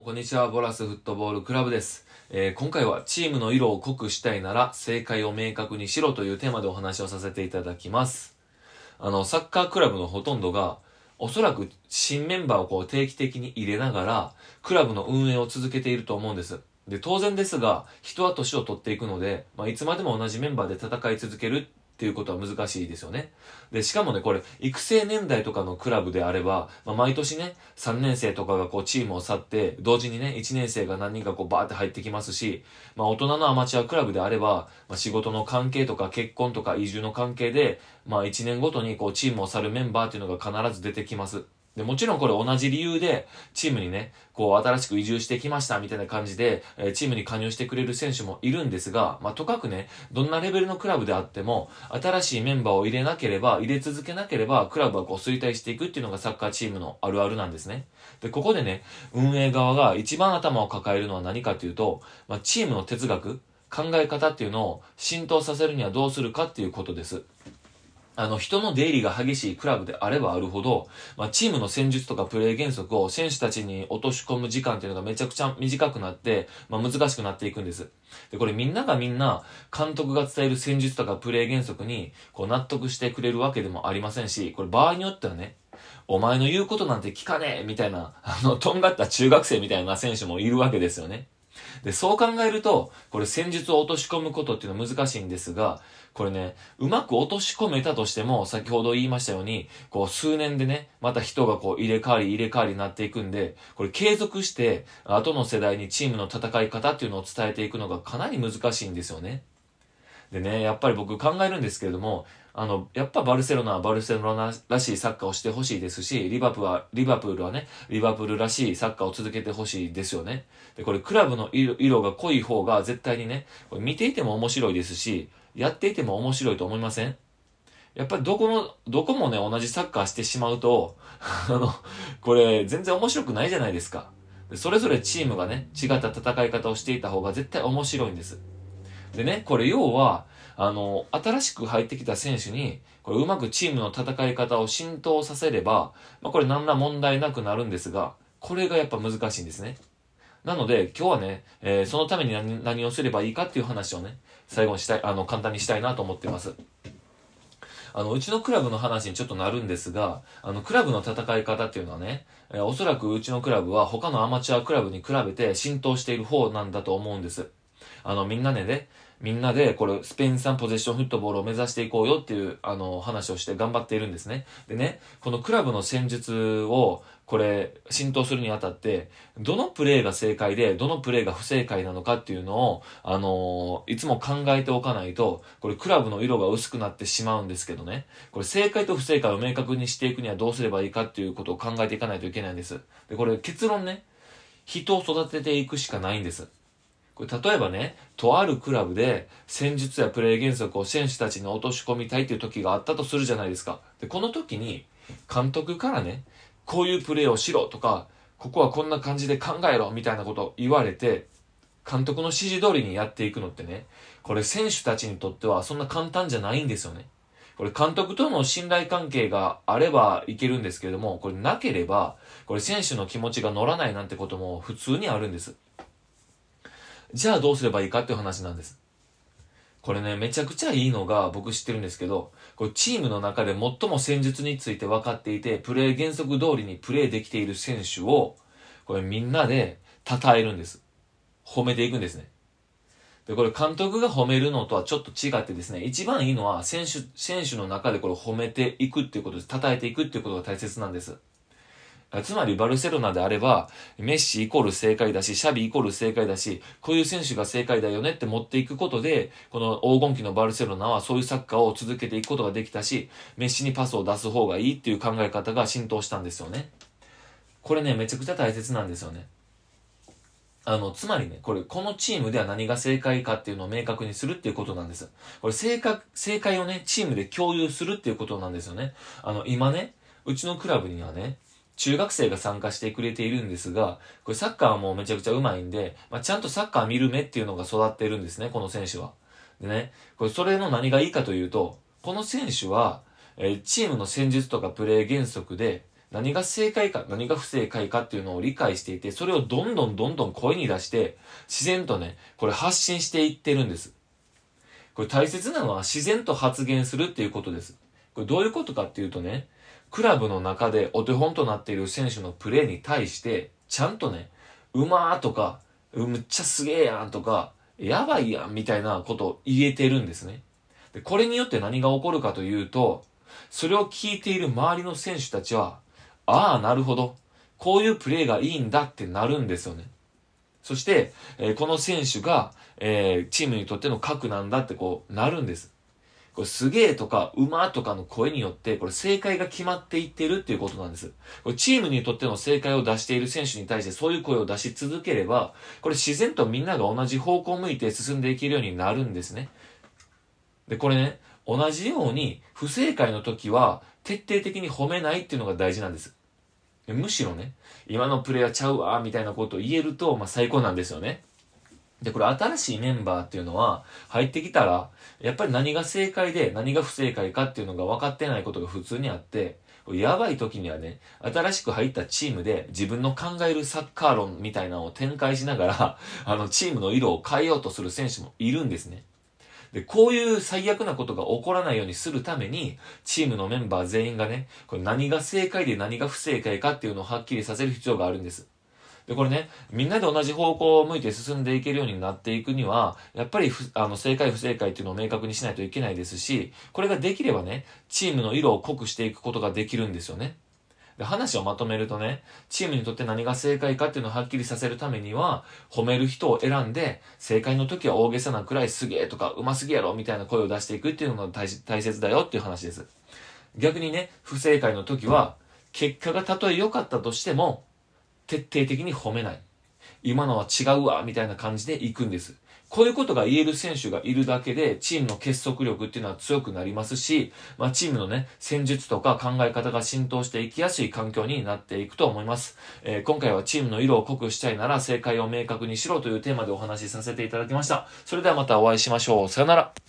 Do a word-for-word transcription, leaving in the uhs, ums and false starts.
こんにちは、ボラスフットボールクラブです。えー今回はチームの色を濃くしたいなら正解を明確にしろというテーマでお話をさせていただきます。あの、サッカークラブのほとんどが、おそらく新メンバーをこう定期的に入れながら、クラブの運営を続けていると思うんです。で、当然ですが、人は年を取っていくので、まあ、いつまでも同じメンバーで戦い続けるっていうことは難しいですよね。で、しかもね、これ、育成年代とかのクラブであれば、まあ、毎年ね、さんねん生とかがこう、チームを去って、同時にね、いちねん生が何人かこう、バーって入ってきますし、まあ、大人のアマチュアクラブであれば、まあ、仕事の関係とか結婚とか移住の関係で、まあ、いちねんごとにこう、チームを去るメンバーっていうのが必ず出てきます。で、もちろんこれ同じ理由で、チームにね、こう、新しく移住してきましたみたいな感じで、えーチームに加入してくれる選手もいるんですが、まあ、とかくね、どんなレベルのクラブであっても、新しいメンバーを入れなければ、入れ続けなければ、クラブはこう衰退していくっていうのがサッカーチームのあるあるなんですね。で、ここでね、運営側が一番頭を抱えるのは何かというと、まあ、チームの哲学、考え方っていうのを浸透させるにはどうするかっていうことです。あの、人の出入りが激しいクラブであればあるほど、まあ、チームの戦術とかプレー原則を選手たちに落とし込む時間っていうのがめちゃくちゃ短くなって、まあ、難しくなっていくんです。で、これみんながみんな、監督が伝える戦術とかプレー原則に、こう納得してくれるわけでもありませんし、これ場合によってはね、お前の言うことなんて聞かねえみたいな、あの、とんがった中学生みたいな選手もいるわけですよね。で、そう考えると、これ戦術を落とし込むことっていうのは難しいんですが、これね、うまく落とし込めたとしても、先ほど言いましたように、こう数年でね、また人がこう入れ替わり入れ替わりになっていくんで、これ継続して、後の世代にチームの戦い方っていうのを伝えていくのがかなり難しいんですよね。でね、やっぱり僕考えるんですけれども、あの、やっぱバルセロナはバルセロナらしいサッカーをしてほしいですし、リバプールは、リバプールはね、リバプールらしいサッカーを続けてほしいですよね。で、これクラブの色色が濃い方が絶対にね、これ見ていても面白いですし、やっていても面白いと思いません？やっぱりどこの、どこもね、同じサッカーしてしまうと、あの、これ全然面白くないじゃないですか。でそれぞれチームがね、違った戦い方をしていた方が絶対面白いんです。でね、これ要は、あの、新しく入ってきた選手に、これうまくチームの戦い方を浸透させれば、まあこれ何ら問題なくなるんですが、これがやっぱ難しいんですね。なので、今日はね、えーそのために何、何をすればいいかっていう話をね、最後にしたい、あの、簡単にしたいなと思ってます。あの、うちのクラブの話にちょっとなるんですが、あの、クラブの戦い方っていうのはね、えーおそらくうちのクラブは他のアマチュアクラブに比べて浸透している方なんだと思うんです。あの、みんなでね、みんなで、これ、スペイン産ポゼッションフットボールを目指していこうよっていう、あの、話をして頑張っているんですね。でね、このクラブの戦術を、これ、浸透するにあたって、どのプレーが正解で、どのプレーが不正解なのかっていうのを、あのいつも考えておかないと、これ、クラブの色が薄くなってしまうんですけどね。これ、正解と不正解を明確にしていくにはどうすればいいかっていうことを考えていかないといけないんです。で、これ、結論ね、人を育てていくしかないんです。これ例えばね、とあるクラブで戦術やプレー原則を選手たちに落とし込みたいっていう時があったとするじゃないですか。で、この時に監督からね、こういうプレーをしろとか、ここはこんな感じで考えろみたいなことを言われて、監督の指示通りにやっていくのってね、これ選手たちにとってはそんな簡単じゃないんですよね。これ監督との信頼関係があればいけるんですけれども、これなければ、これ選手の気持ちが乗らないなんてことも普通にあるんです。じゃあどうすればいいかっていう話なんです。これね、めちゃくちゃいいのが僕知ってるんですけど、これチームの中で最も戦術について分かっていて、プレー原則通りにプレーできている選手を、これみんなで称えるんです。褒めていくんですね。で、これ監督が褒めるのとはちょっと違ってですね、一番いいのは選手、選手の中でこれ褒めていくっていうことです。称えていくっていうことが大切なんです。つまりバルセロナであれば、メッシイコール正解だし、シャビイコール正解だし、こういう選手が正解だよねって持っていくことで、この黄金期のバルセロナはそういうサッカーを続けていくことができたし、メッシにパスを出す方がいいっていう考え方が浸透したんですよね。これね、めちゃくちゃ大切なんですよね。あの、つまりね、これ、このチームでは何が正解かっていうのを明確にするっていうことなんです。これ、正確、正解をね、チームで共有するっていうことなんですよね。あの、今ね、うちのクラブにはね、中学生が参加してくれているんですが、これサッカーはもうめちゃくちゃ上手いんで、まあ、ちゃんとサッカー見る目っていうのが育っているんですね、この選手は。でね、これそれの何がいいかというと、この選手は、えーチームの戦術とかプレー原則で、 何が正解か、何が不正解かっていうのを理解していて、それをどんどんどんどん声に出して、自然とね、これ発信していってるんです。これ大切なのは自然と発言するっていうことです。これどういうことかっていうとね、クラブの中でお手本となっている選手のプレーに対して、ちゃんとね、うまーとか、むっちゃすげーやんとか、やばいやんみたいなことを言えてるんですね。で、これによって何が起こるかというと、それを聞いている周りの選手たちは、ああ、なるほど。こういうプレーがいいんだってなるんですよね。そして、えー、この選手が、えー、チームにとっての核なんだってこうなるんです。これすげえとかうまとかの声によって、これ正解が決まっていってるっていうことなんです。これチームにとっての正解を出している選手に対してそういう声を出し続ければ、これ自然とみんなが同じ方向を向いて進んでいけるようになるんですね。で、これね、同じように不正解の時は徹底的に褒めないっていうのが大事なんです。むしろね、今のプレイはちゃうわ、みたいなことを言えると、まあ最高なんですよね。で、これ新しいメンバーっていうのは、入ってきたら、やっぱり何が正解で何が不正解かっていうのが分かってないことが普通にあって、やばい時にはね、新しく入ったチームで自分の考えるサッカー論みたいなのを展開しながら、あの、チームの色を変えようとする選手もいるんですね。で、こういう最悪なことが起こらないようにするために、チームのメンバー全員がね、これ何が正解で何が不正解かっていうのをはっきりさせる必要があるんです。で、これね、みんなで同じ方向を向いて進んでいけるようになっていくには、やっぱりふ、あの、正解不正解っていうのを明確にしないといけないですし、これができればね、チームの色を濃くしていくことができるんですよね。で、話をまとめるとね、チームにとって何が正解かっていうのをはっきりさせるためには、褒める人を選んで、正解の時は大げさなくらいすげえとか、うますぎやろみたいな声を出していくっていうのが大大切だよっていう話です。逆にね、不正解の時は、結果がたとえ良かったとしても、徹底的に褒めない。今のは違うわ、みたいな感じで行くんです。こういうことが言える選手がいるだけで、チームの結束力っていうのは強くなりますし、まあチームのね、戦術とか考え方が浸透していきやすい環境になっていくと思います。えー、今回はチームの色を濃くしたいなら正解を明確にしろというテーマでお話しさせていただきました。それではまたお会いしましょう。さよなら。